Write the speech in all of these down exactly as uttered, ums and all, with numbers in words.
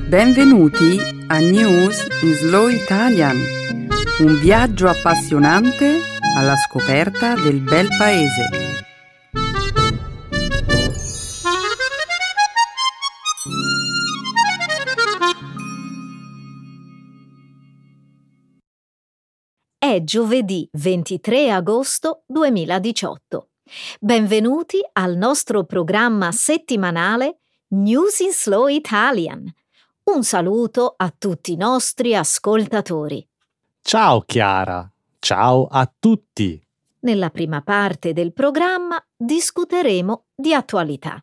Benvenuti a News in Slow Italian, un viaggio appassionante alla scoperta del bel paese. È giovedì ventitré agosto duemiladiciotto. Benvenuti al nostro programma settimanale News in Slow Italian. Un saluto a tutti i nostri ascoltatori. Ciao Chiara, ciao a tutti. Nella prima parte del programma discuteremo di attualità.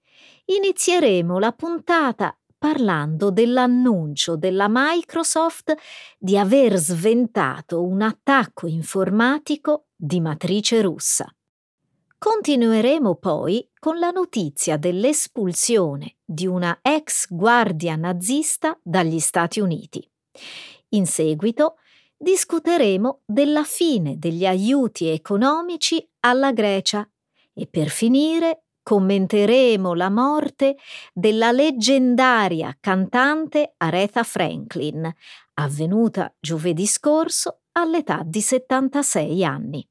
Inizieremo la puntata parlando dell'annuncio della Microsoft di aver sventato un attacco informatico di matrice russa. Continueremo poi con la notizia dell'espulsione di una ex guardia nazista dagli Stati Uniti. In seguito discuteremo della fine degli aiuti economici alla Grecia e per finire commenteremo la morte della leggendaria cantante Aretha Franklin, avvenuta giovedì scorso all'età di settantasei anni.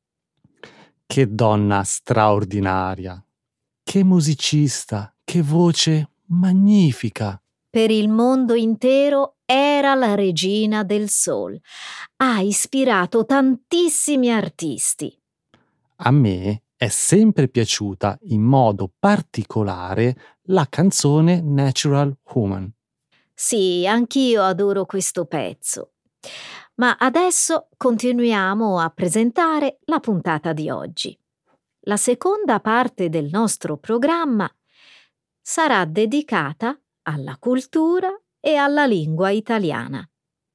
Che donna straordinaria, che musicista, che voce magnifica. Per il mondo intero era la regina del soul. Ha ispirato tantissimi artisti. A me è sempre piaciuta in modo particolare la canzone Natural Woman. Sì, anch'io adoro questo pezzo. Ma adesso continuiamo a presentare la puntata di oggi. La seconda parte del nostro programma sarà dedicata alla cultura e alla lingua italiana.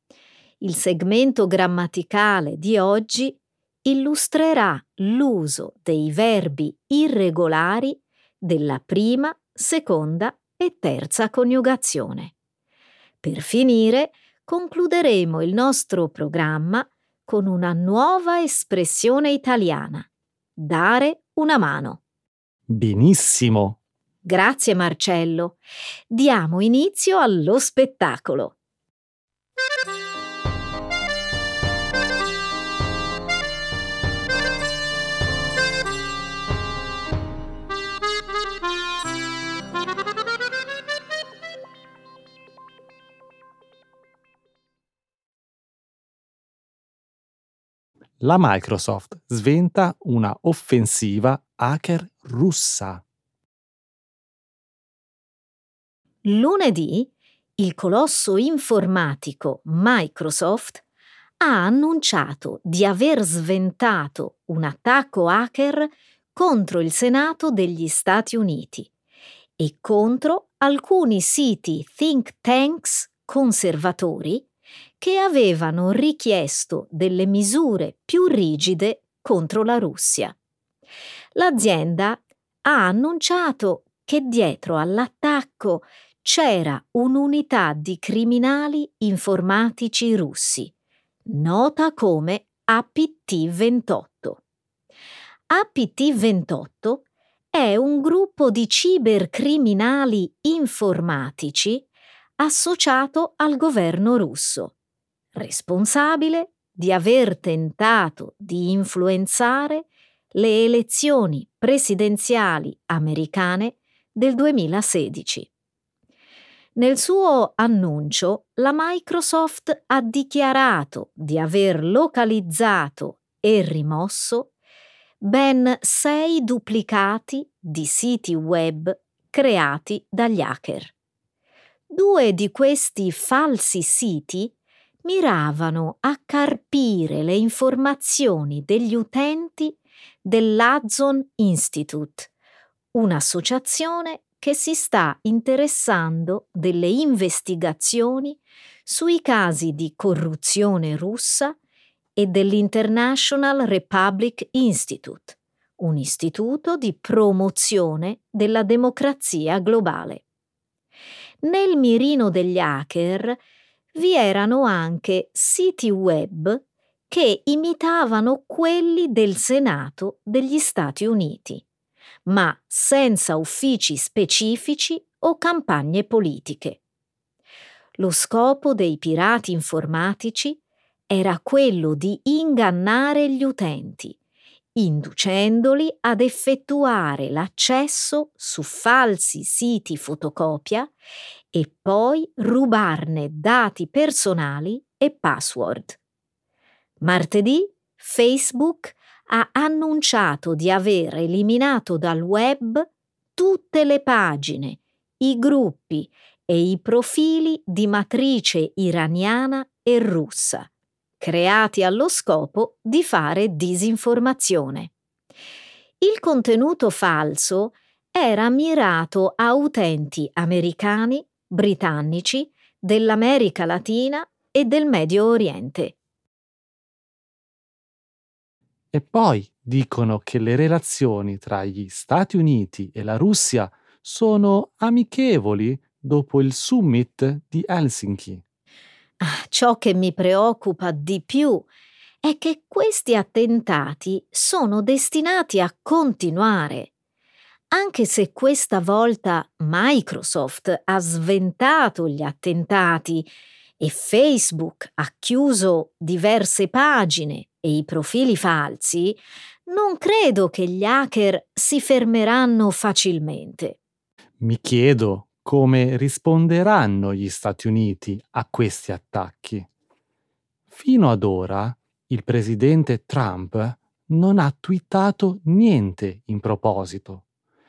Il segmento grammaticale di oggi illustrerà l'uso dei verbi irregolari della prima, seconda e terza coniugazione. Per finire, concluderemo il nostro programma con una nuova espressione italiana: dare una mano. Benissimo! Grazie Marcello. Diamo inizio allo spettacolo. La Microsoft sventa una offensiva hacker russa. Lunedì, il colosso informatico Microsoft ha annunciato di aver sventato un attacco hacker contro il Senato degli Stati Uniti e contro alcuni siti think tanks conservatori che avevano richiesto delle misure più rigide contro la Russia. L'azienda ha annunciato che dietro all'attacco c'era un'unità di criminali informatici russi, nota come A P T ventotto. A P T ventotto è un gruppo di cibercriminali informatici associato al governo russo, responsabile di aver tentato di influenzare le elezioni presidenziali americane del duemilasedici. Nel suo annuncio, la Microsoft ha dichiarato di aver localizzato e rimosso ben sei duplicati di siti web creati dagli hacker. Due di questi falsi siti miravano a carpire le informazioni degli utenti dell'Hudson Institute, un'associazione che si sta interessando delle investigazioni sui casi di corruzione russa e dell'International Republic Institute, un istituto di promozione della democrazia globale. Nel mirino degli hacker vi erano anche siti web che imitavano quelli del Senato degli Stati Uniti, ma senza uffici specifici o campagne politiche. Lo scopo dei pirati informatici era quello di ingannare gli utenti, inducendoli ad effettuare l'accesso su falsi siti fotocopia e poi rubarne dati personali e password. Martedì Facebook ha annunciato di aver eliminato dal web tutte le pagine, i gruppi e i profili di matrice iraniana e russa, creati allo scopo di fare disinformazione. Il contenuto falso era mirato a utenti americani, britannici, dell'America Latina e del Medio Oriente. E poi dicono che le relazioni tra gli Stati Uniti e la Russia sono amichevoli dopo il summit di Helsinki. Ah, ciò che mi preoccupa di più è che questi attentati sono destinati a continuare. Anche se questa volta Microsoft ha sventato gli attentati e Facebook ha chiuso diverse pagine e i profili falsi, non credo che gli hacker si fermeranno facilmente. Mi chiedo come risponderanno gli Stati Uniti a questi attacchi. Fino ad ora il presidente Trump non ha twittato niente in proposito.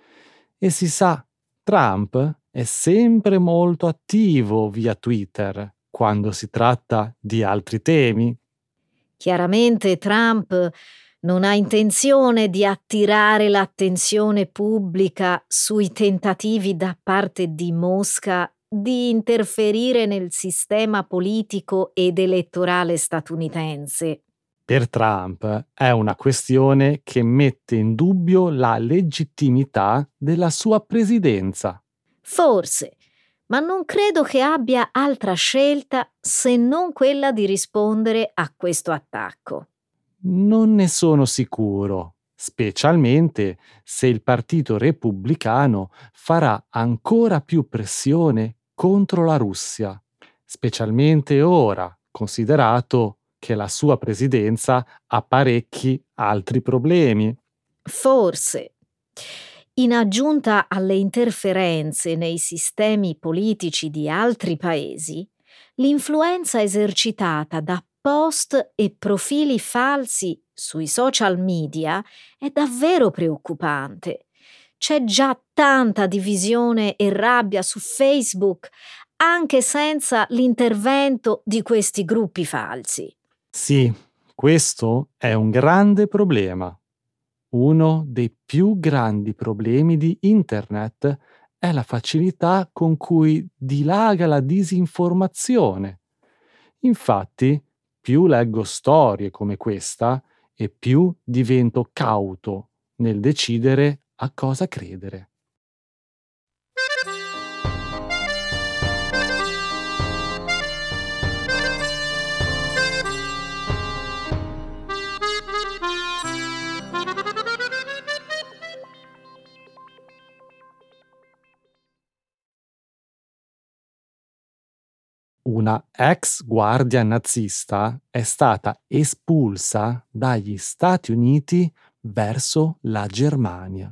E si sa, Trump è sempre molto attivo via Twitter quando si tratta di altri temi. Chiaramente Trump non ha intenzione di attirare l'attenzione pubblica sui tentativi da parte di Mosca di interferire nel sistema politico ed elettorale statunitense. Per Trump è una questione che mette in dubbio la legittimità della sua presidenza. Forse, ma non credo che abbia altra scelta se non quella di rispondere a questo attacco. Non ne sono sicuro, specialmente se il Partito Repubblicano farà ancora più pressione contro la Russia, specialmente ora, considerato che la sua presidenza ha parecchi altri problemi. Forse. In aggiunta alle interferenze nei sistemi politici di altri paesi, l'influenza esercitata da post e profili falsi sui social media è davvero preoccupante. C'è già tanta divisione e rabbia su Facebook, anche senza l'intervento di questi gruppi falsi. Sì, questo è un grande problema. Uno dei più grandi problemi di Internet è la facilità con cui dilaga la disinformazione. Infatti, più leggo storie come questa e più divento cauto nel decidere a cosa credere. Una ex guardia nazista è stata espulsa dagli Stati Uniti verso la Germania.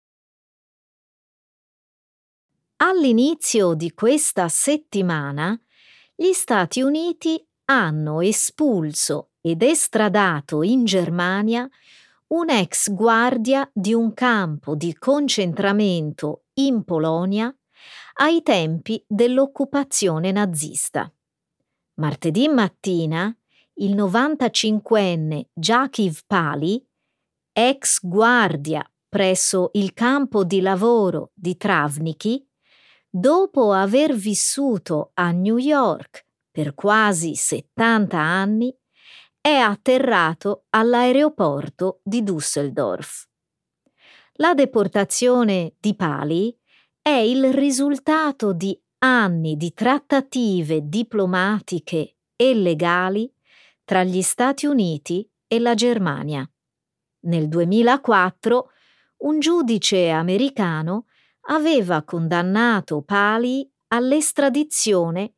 All'inizio di questa settimana, gli Stati Uniti hanno espulso ed estradato in Germania un'ex guardia di un campo di concentramento in Polonia ai tempi dell'occupazione nazista. Martedì mattina, il novantacinquenne Jakiv Pali, ex guardia presso il campo di lavoro di Travniki, dopo aver vissuto a New York per quasi settanta anni, è atterrato all'aeroporto di Düsseldorf. La deportazione di Pali è il risultato di anni di trattative diplomatiche e legali tra gli Stati Uniti e la Germania. Nel duemilaquattro un giudice americano aveva condannato Pali all'estradizione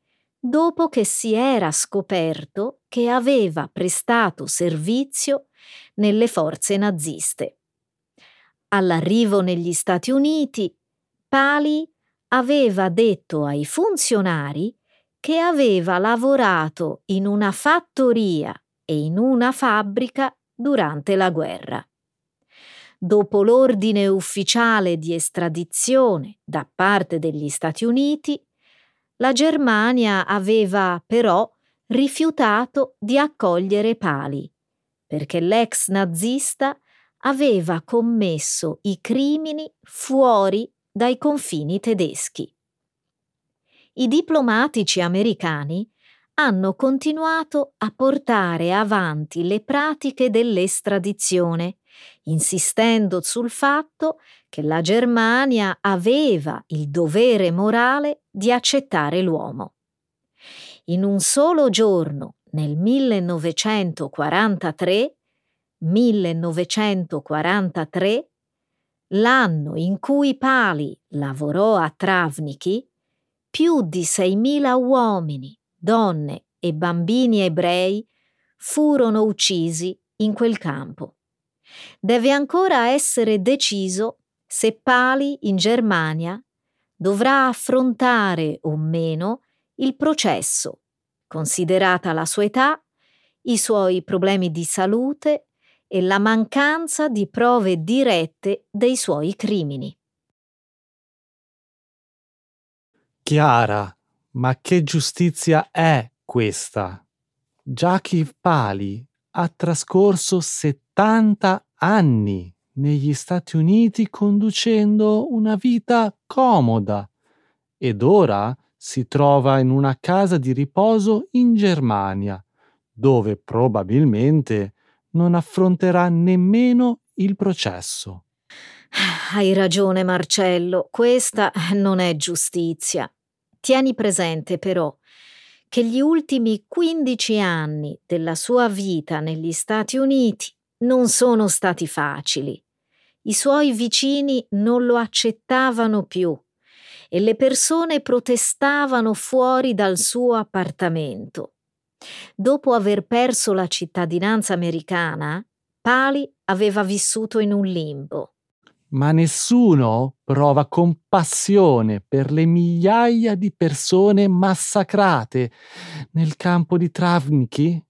dopo che si era scoperto che aveva prestato servizio nelle forze naziste. All'arrivo negli Stati Uniti, Paley aveva detto ai funzionari che aveva lavorato in una fattoria e in una fabbrica durante la guerra. Dopo l'ordine ufficiale di estradizione da parte degli Stati Uniti, la Germania aveva però rifiutato di accogliere Paley, perché l'ex nazista aveva commesso i crimini fuori dai confini tedeschi. I diplomatici americani hanno continuato a portare avanti le pratiche dell'estradizione, insistendo sul fatto che la Germania aveva il dovere morale di accettare l'uomo. In un solo giorno, nel millenovecentoquarantatré, millenovecentoquarantatré, l'anno in cui Paley lavorò a Travnichy, più di seimila uomini, donne e bambini ebrei furono uccisi in quel campo. Deve ancora essere deciso se Paley in Germania dovrà affrontare o meno il processo, considerata la sua età, i suoi problemi di salute e la mancanza di prove dirette dei suoi crimini. Chiara, ma che giustizia è questa? Jackie Paley ha trascorso settanta anni negli Stati Uniti conducendo una vita comoda ed ora si trova in una casa di riposo in Germania, dove probabilmente non affronterà nemmeno il processo. Hai ragione, Marcello, questa non è giustizia. Tieni presente però che gli ultimi quindici anni della sua vita negli Stati Uniti non sono stati facili. I suoi vicini non lo accettavano più e le persone protestavano fuori dal suo appartamento. Dopo aver perso la cittadinanza americana, Paley aveva vissuto in un limbo. Ma nessuno prova compassione per le migliaia di persone massacrate nel campo di Travnichy?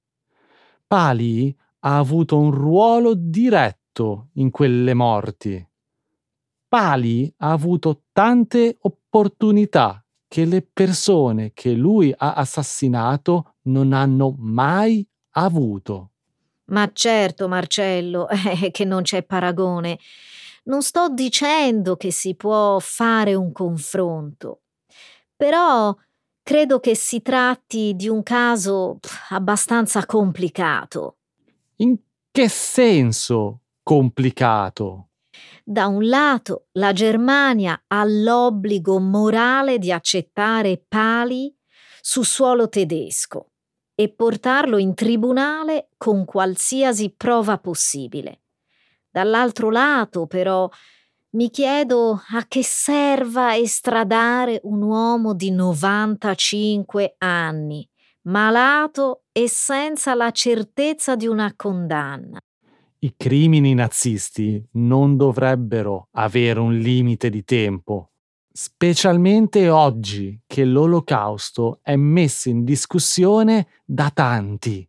Paley ha avuto un ruolo diretto in quelle morti. Paley ha avuto tante opportunità che le persone che lui ha assassinato non hanno mai avuto. Ma certo, Marcello, eh, che non c'è paragone. Non sto dicendo che si può fare un confronto, però credo che si tratti di un caso pff, abbastanza complicato. In che senso complicato? Da un lato, la Germania ha l'obbligo morale di accettare Paley su suolo tedesco e portarlo in tribunale con qualsiasi prova possibile. Dall'altro lato, però, mi chiedo a che serva estradare un uomo di novantacinque anni, malato e senza la certezza di una condanna. I crimini nazisti non dovrebbero avere un limite di tempo, specialmente oggi che l'Olocausto è messo in discussione da tanti.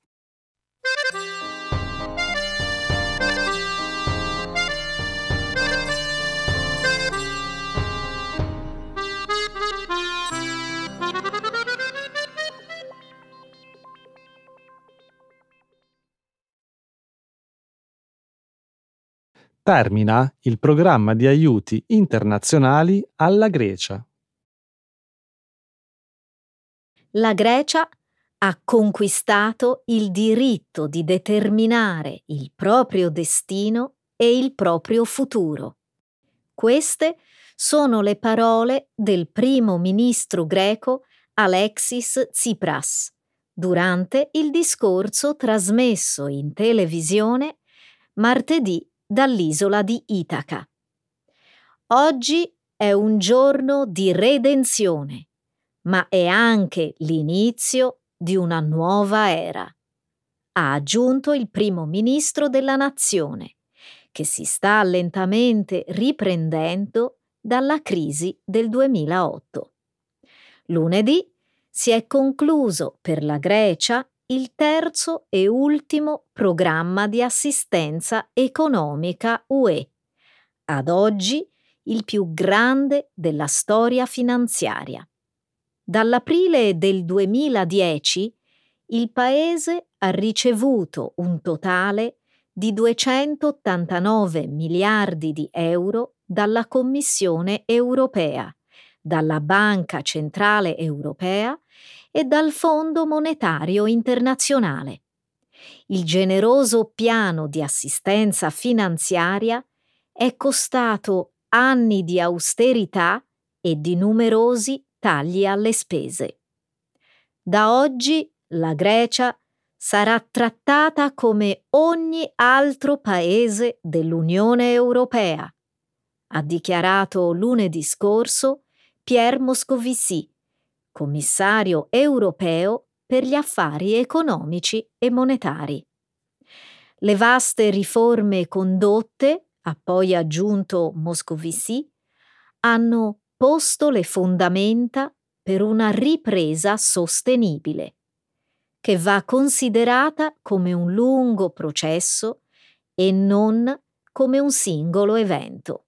Termina il programma di aiuti internazionali alla Grecia. La Grecia ha conquistato il diritto di determinare il proprio destino e il proprio futuro. Queste sono le parole del primo ministro greco Alexis Tsipras durante il discorso trasmesso in televisione martedì dall'isola di Itaca. Oggi è un giorno di redenzione, ma è anche l'inizio di una nuova era, ha aggiunto il primo ministro della nazione, che si sta lentamente riprendendo dalla crisi del duemilaotto. Lunedì si è concluso per la Grecia il terzo e ultimo programma di assistenza economica U E, ad oggi il più grande della storia finanziaria. Dall'aprile del duemiladieci il paese ha ricevuto un totale di duecentottantanove miliardi di euro dalla Commissione europea, dalla Banca Centrale Europea e dal Fondo Monetario Internazionale. Il generoso piano di assistenza finanziaria è costato anni di austerità e di numerosi tagli alle spese. Da oggi la Grecia sarà trattata come ogni altro paese dell'Unione Europea, ha dichiarato lunedì scorso Pierre Moscovici, commissario europeo per gli affari economici e monetari. Le vaste riforme condotte, ha poi aggiunto Moscovici, hanno posto le fondamenta per una ripresa sostenibile, che va considerata come un lungo processo e non come un singolo evento.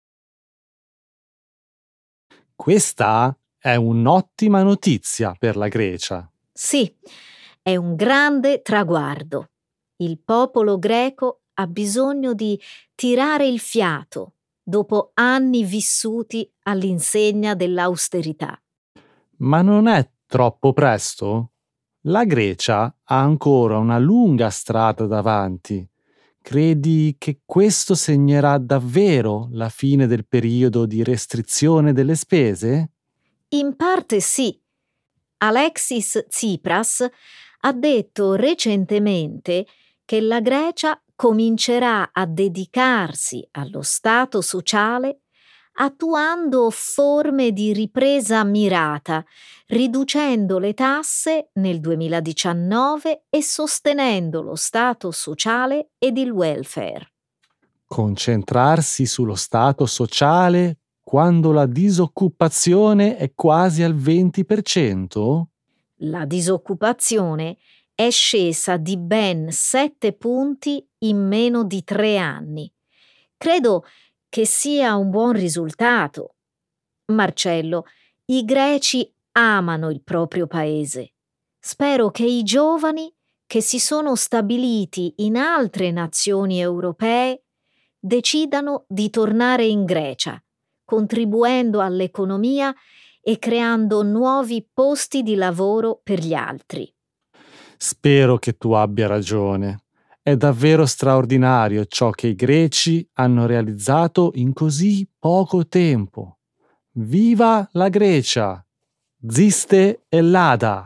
Questa è un'ottima notizia per la Grecia. Sì, è un grande traguardo. Il popolo greco ha bisogno di tirare il fiato dopo anni vissuti all'insegna dell'austerità. Ma non è troppo presto? La Grecia ha ancora una lunga strada davanti. Credi che questo segnerà davvero la fine del periodo di restrizione delle spese? In parte sì. Alexis Tsipras ha detto recentemente che la Grecia comincerà a dedicarsi allo Stato sociale attuando forme di ripresa mirata, riducendo le tasse nel duemiladiciannove e sostenendo lo Stato sociale ed il welfare. Concentrarsi sullo stato sociale quando la disoccupazione è quasi al venti per cento? La disoccupazione è scesa di ben sette punti in meno di tre anni. Credo che sia un buon risultato. Marcello, i greci amano il proprio paese. Spero che i giovani che si sono stabiliti in altre nazioni europee decidano di tornare in Grecia, contribuendo all'economia e creando nuovi posti di lavoro per gli altri. Spero che tu abbia ragione. È davvero straordinario ciò che i greci hanno realizzato in così poco tempo. Viva la Grecia! Ziste Ellada!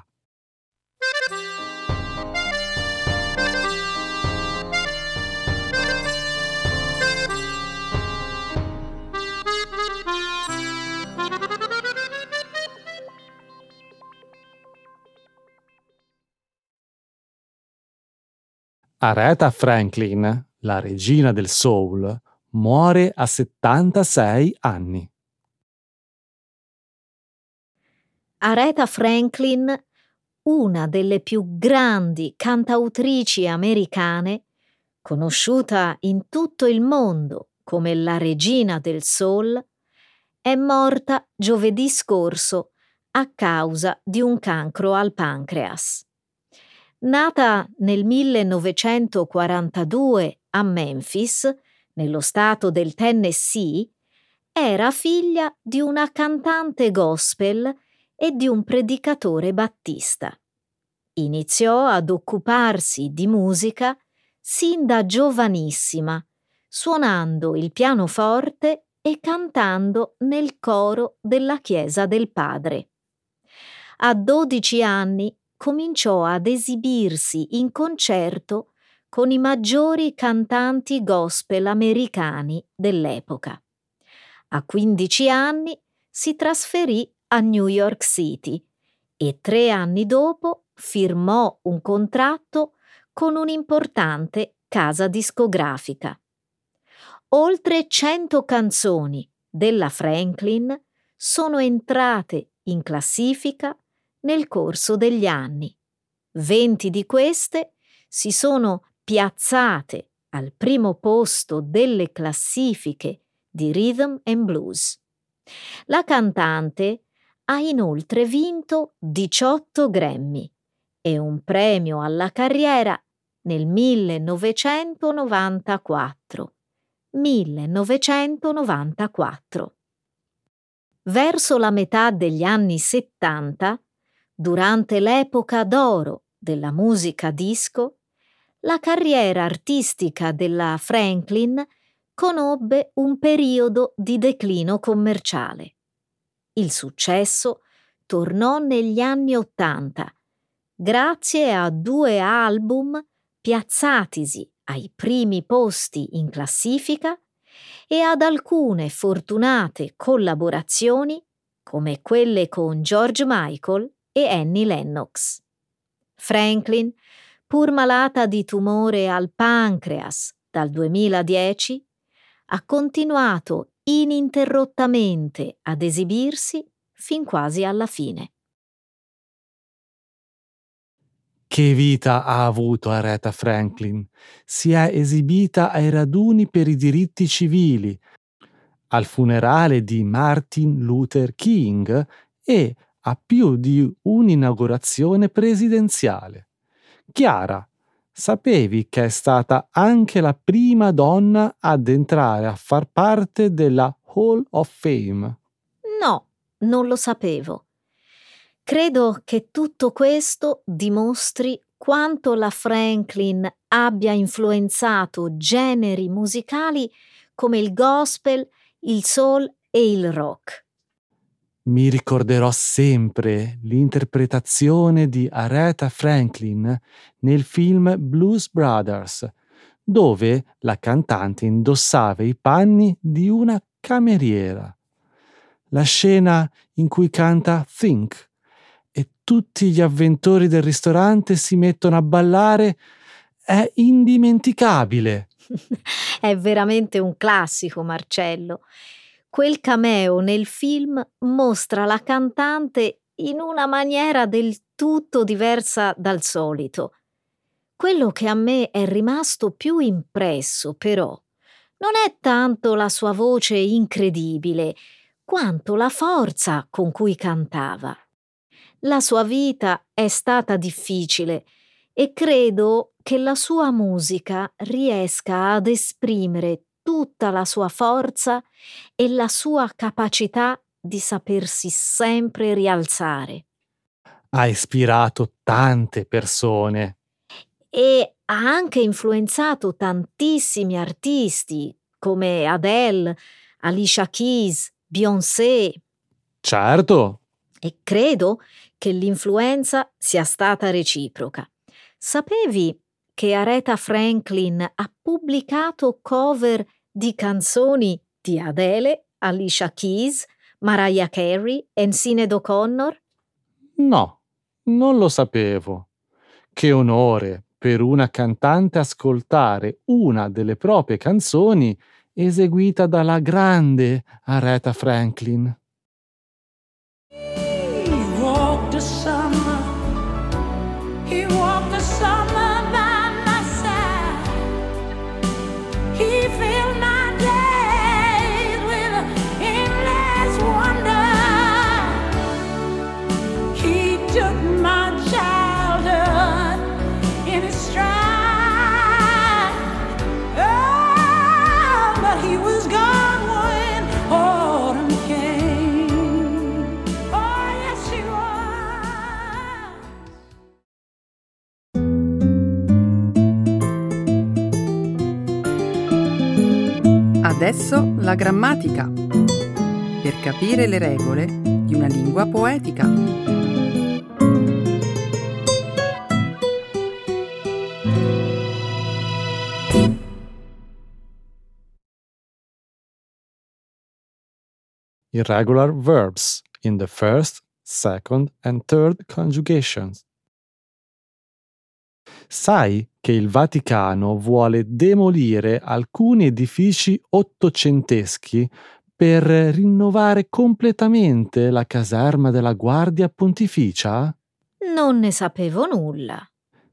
Aretha Franklin, la regina del soul, muore a settantasei anni. Aretha Franklin, una delle più grandi cantautrici americane, conosciuta in tutto il mondo come la regina del soul, è morta giovedì scorso a causa di un cancro al pancreas. Nata nel millenovecentoquarantadue a Memphis, nello stato del Tennessee, era figlia di una cantante gospel e di un predicatore battista. Iniziò ad occuparsi di musica sin da giovanissima, suonando il pianoforte e cantando nel coro della Chiesa del Padre. A dodici anni cominciò ad esibirsi in concerto con i maggiori cantanti gospel americani dell'epoca. A quindici anni si trasferì a New York City e tre anni dopo firmò un contratto con un'importante casa discografica. Oltre cento canzoni della Franklin sono entrate in classifica nel corso degli anni. venti di queste si sono piazzate al primo posto delle classifiche di rhythm and blues. La cantante ha inoltre vinto diciotto Grammy e un premio alla carriera nel millenovecentonovantaquattro. millenovecentonovantaquattro. Verso la metà degli anni settanta, durante l'epoca d'oro della musica disco, la carriera artistica della Franklin conobbe un periodo di declino commerciale. Il successo tornò negli anni Ottanta, grazie a due album piazzatisi ai primi posti in classifica e ad alcune fortunate collaborazioni come quelle con George Michael e Annie Lennox. Franklin, pur malata di tumore al pancreas dal duemiladieci, ha continuato ininterrottamente ad esibirsi fin quasi alla fine. Che vita ha avuto Aretha Franklin? Si è esibita ai raduni per i diritti civili, al funerale di Martin Luther King e a più di un'inaugurazione presidenziale. Chiara, sapevi che è stata anche la prima donna ad entrare a far parte della Hall of Fame? No, non lo sapevo. Credo che tutto questo dimostri quanto la Franklin abbia influenzato generi musicali come il gospel, il soul e il rock. Mi ricorderò sempre l'interpretazione di Aretha Franklin nel film Blues Brothers, dove la cantante indossava i panni di una cameriera. La scena in cui canta Think e tutti gli avventori del ristorante si mettono a ballare è indimenticabile. È veramente un classico, Marcello. Quel cameo nel film mostra la cantante in una maniera del tutto diversa dal solito. Quello che a me è rimasto più impresso, però, non è tanto la sua voce incredibile, quanto la forza con cui cantava. La sua vita è stata difficile e credo che la sua musica riesca ad esprimere tutta la sua forza e la sua capacità di sapersi sempre rialzare. Ha ispirato tante persone. E ha anche influenzato tantissimi artisti come Adele, Alicia Keys, Beyoncé. Certo. E credo che l'influenza sia stata reciproca. Sapevi che Aretha Franklin ha pubblicato cover di canzoni di Adele, Alicia Keys, Mariah Carey e Sinéad O'Connor? No, non lo sapevo. Che onore per una cantante ascoltare una delle proprie canzoni eseguita dalla grande Aretha Franklin. Adesso la grammatica, per capire le regole di una lingua poetica. Irregular verbs, in the first, second and third conjugations. Sai che il Vaticano vuole demolire alcuni edifici ottocenteschi per rinnovare completamente la caserma della Guardia Pontificia? Non ne sapevo nulla.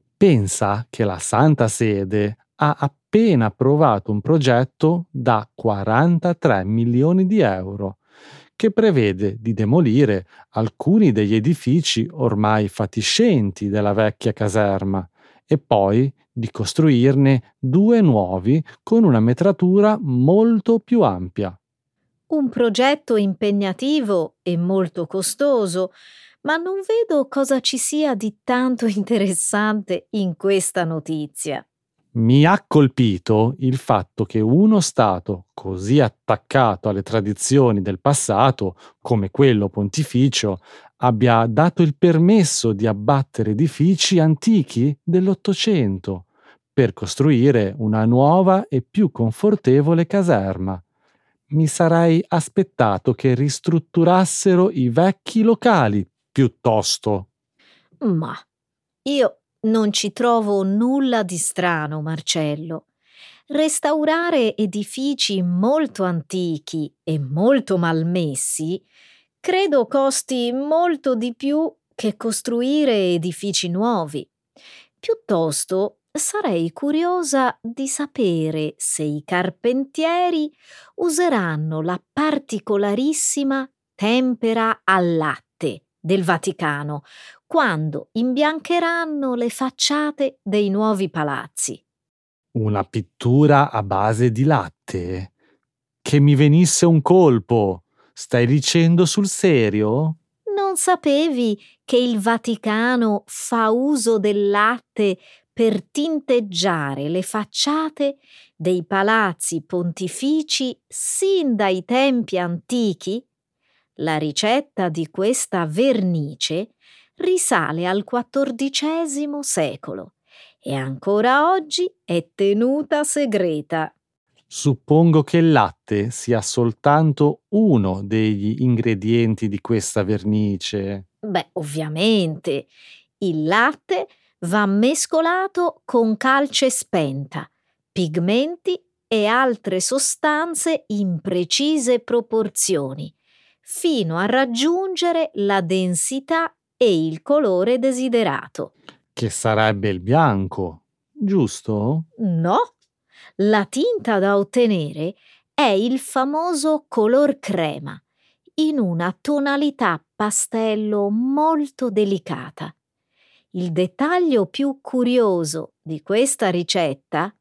Pensa che la Santa Sede ha appena approvato un progetto da quarantatré milioni di euro che prevede di demolire alcuni degli edifici ormai fatiscenti della vecchia caserma e poi di costruirne due nuovi con una metratura molto più ampia. Un progetto impegnativo e molto costoso, ma non vedo cosa ci sia di tanto interessante in questa notizia. Mi ha colpito il fatto che uno Stato così attaccato alle tradizioni del passato, come quello pontificio, abbia dato il permesso di abbattere edifici antichi dell'Ottocento per costruire una nuova e più confortevole caserma. Mi sarei aspettato che ristrutturassero i vecchi locali piuttosto. Ma io non ci trovo nulla di strano, Marcello. Restaurare edifici molto antichi e molto malmessi credo costi molto di più che costruire edifici nuovi. Piuttosto sarei curiosa di sapere se i carpentieri useranno la particolarissima tempera al latte del Vaticano quando imbiancheranno le facciate dei nuovi palazzi. Una pittura a base di latte? Che mi venisse un colpo! Stai dicendo sul serio? Non sapevi che il Vaticano fa uso del latte per tinteggiare le facciate dei palazzi pontifici sin dai tempi antichi? La ricetta di questa vernice risale al quattordicesimo secolo e ancora oggi è tenuta segreta. Suppongo che il latte sia soltanto uno degli ingredienti di questa vernice. Beh, ovviamente, il latte va mescolato con calce spenta, pigmenti e altre sostanze in precise proporzioni, fino a raggiungere la densità e il colore desiderato. Che sarebbe il bianco, giusto? No, la tinta da ottenere è il famoso color crema, in una tonalità pastello molto delicata. Il dettaglio più curioso di questa ricetta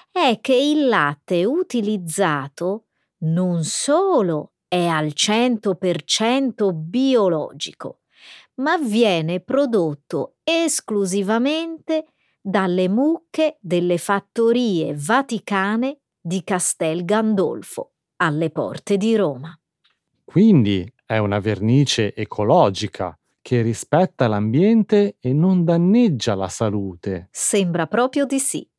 è che il latte utilizzato non solo è al cento per cento biologico, ma viene prodotto esclusivamente dalle mucche delle fattorie vaticane di Castel Gandolfo, alle porte di Roma. Quindi è una vernice ecologica che rispetta l'ambiente e non danneggia la salute. Sembra proprio di sì.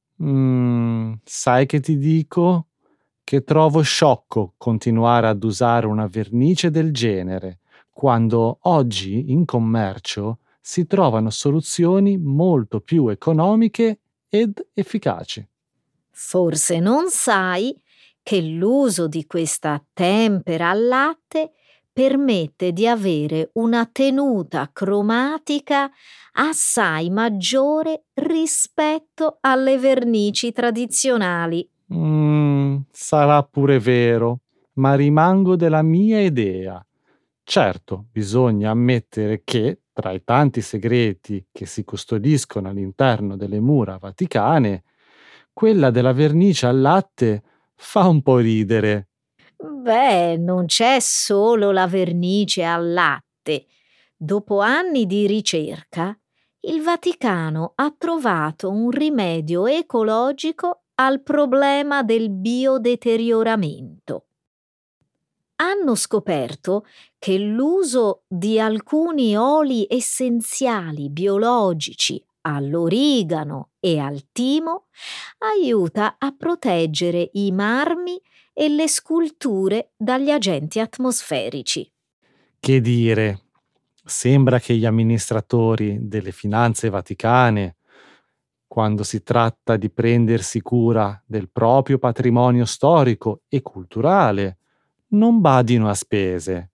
Mm, sai che ti dico? Che trovo sciocco continuare ad usare una vernice del genere, quando oggi in commercio si trovano soluzioni molto più economiche ed efficaci. Forse non sai che l'uso di questa tempera al latte permette di avere una tenuta cromatica assai maggiore rispetto alle vernici tradizionali. Mm, sarà pure vero, ma rimango della mia idea. Certo, bisogna ammettere che, tra i tanti segreti che si custodiscono all'interno delle mura vaticane, quella della vernice al latte fa un po' ridere. Beh, non c'è solo la vernice al latte. Dopo anni di ricerca, il Vaticano ha trovato un rimedio ecologico al problema del biodeterioramento. Hanno scoperto che l'uso di alcuni oli essenziali biologici all'origano e al timo aiuta a proteggere i marmi e le sculture dagli agenti atmosferici. Che dire, sembra che gli amministratori delle finanze vaticane, quando si tratta di prendersi cura del proprio patrimonio storico e culturale, non badino a spese.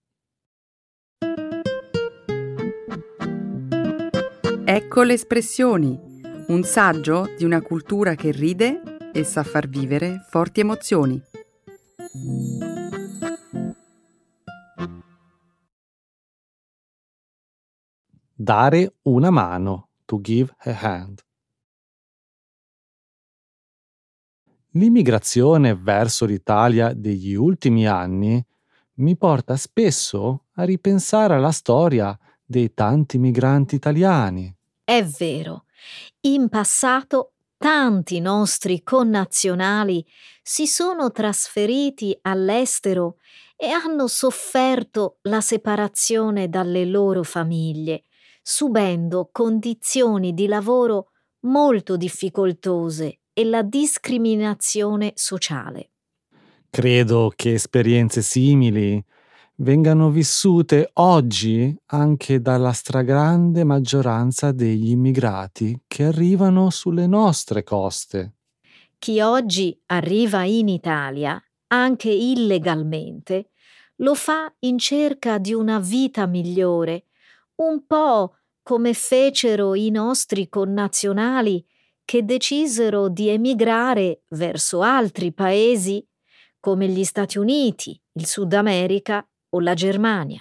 Ecco le espressioni, un saggio di una cultura che ride e sa far vivere forti emozioni. Dare una mano, to give a hand. L'immigrazione verso l'Italia degli ultimi anni mi porta spesso a ripensare alla storia dei tanti migranti italiani. È vero, in passato tanti nostri connazionali si sono trasferiti all'estero e hanno sofferto la separazione dalle loro famiglie, subendo condizioni di lavoro molto difficoltose e la discriminazione sociale. Credo che esperienze simili vengano vissute oggi anche dalla stragrande maggioranza degli immigrati che arrivano sulle nostre coste. Chi oggi arriva in Italia, anche illegalmente, lo fa in cerca di una vita migliore, un po' come fecero i nostri connazionali che decisero di emigrare verso altri paesi come gli Stati Uniti, il Sud America o la Germania.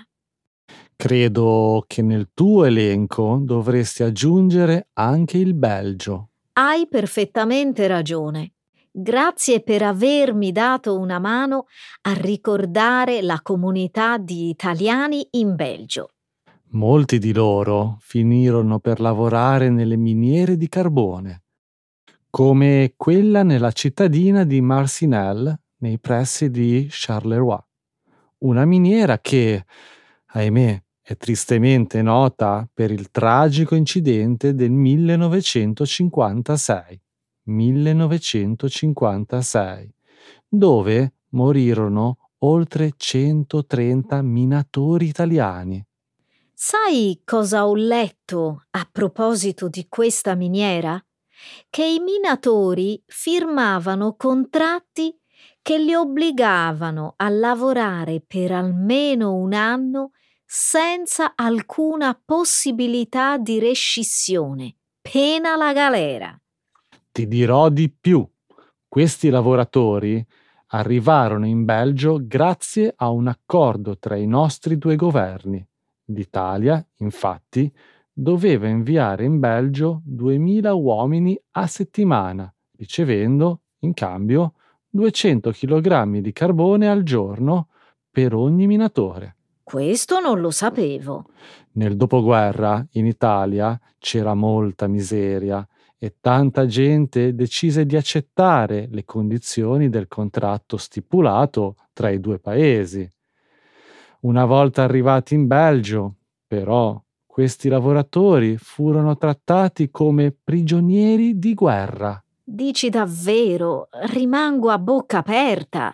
Credo che nel tuo elenco dovresti aggiungere anche il Belgio. Hai perfettamente ragione. Grazie per avermi dato una mano a ricordare la comunità di italiani in Belgio. Molti di loro finirono per lavorare nelle miniere di carbone, come quella nella cittadina di Marcinelle, nei pressi di Charleroi. Una miniera che, ahimè, è tristemente nota per il tragico incidente del millenovecentocinquantasei. millenovecentocinquantasei, dove morirono oltre centotrenta minatori italiani. Sai cosa ho letto a proposito di questa miniera? Che i minatori firmavano contratti che li obbligavano a lavorare per almeno un anno senza alcuna possibilità di rescissione, pena la galera. Ti dirò di più. Questi lavoratori arrivarono in Belgio grazie a un accordo tra i nostri due governi. L'Italia, infatti, doveva inviare in Belgio duemila uomini a settimana, ricevendo, in cambio, duecento chilogrammi di carbone al giorno per ogni minatore. Questo non lo sapevo. Nel dopoguerra, in Italia, c'era molta miseria e tanta gente decise di accettare le condizioni del contratto stipulato tra i due paesi. Una volta arrivati in Belgio, però, questi lavoratori furono trattati come prigionieri di guerra. Dici davvero? Rimango a bocca aperta.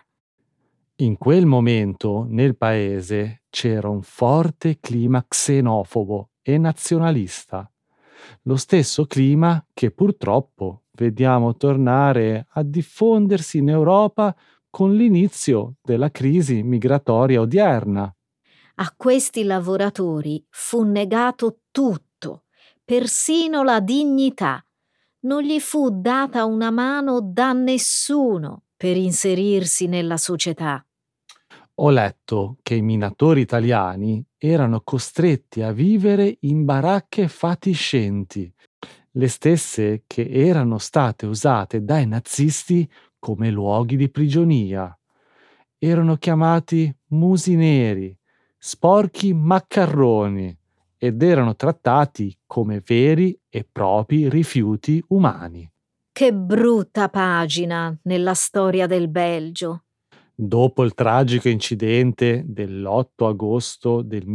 In quel momento, nel paese, c'era un forte clima xenofobo e nazionalista. Lo stesso clima che purtroppo vediamo tornare a diffondersi in Europa con l'inizio della crisi migratoria odierna. A questi lavoratori fu negato tutto, persino la dignità. Non gli fu data una mano da nessuno per inserirsi nella società. Ho letto che i minatori italiani erano costretti a vivere in baracche fatiscenti, le stesse che erano state usate dai nazisti come luoghi di prigionia. Erano chiamati musineri, sporchi maccarroni, ed erano trattati come veri e propri rifiuti umani. Che brutta pagina nella storia del Belgio. Dopo il tragico incidente dell'otto agosto del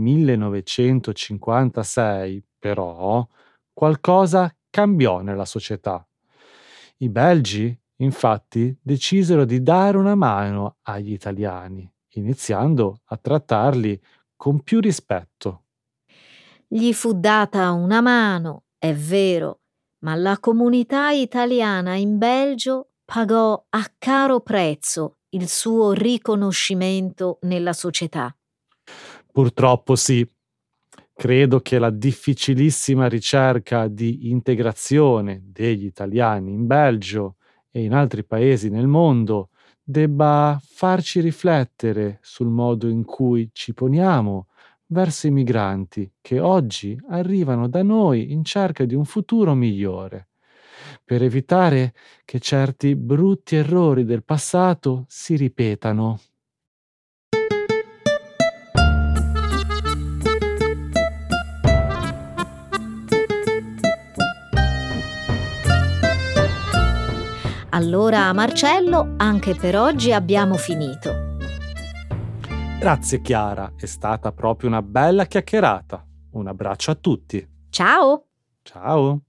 millenovecentocinquantasei, però, qualcosa cambiò nella società. I belgi, infatti, decisero di dare una mano agli italiani, iniziando a trattarli con più rispetto. Gli fu data una mano, è vero, ma la comunità italiana in Belgio pagò a caro prezzo il suo riconoscimento nella società. Purtroppo sì. Credo che la difficilissima ricerca di integrazione degli italiani in Belgio e in altri paesi nel mondo debba farci riflettere sul modo in cui ci poniamo verso i migranti che oggi arrivano da noi in cerca di un futuro migliore, per evitare che certi brutti errori del passato si ripetano. Allora, Marcello, anche per oggi abbiamo finito. Grazie Chiara, è stata proprio una bella chiacchierata. Un abbraccio a tutti. Ciao! Ciao!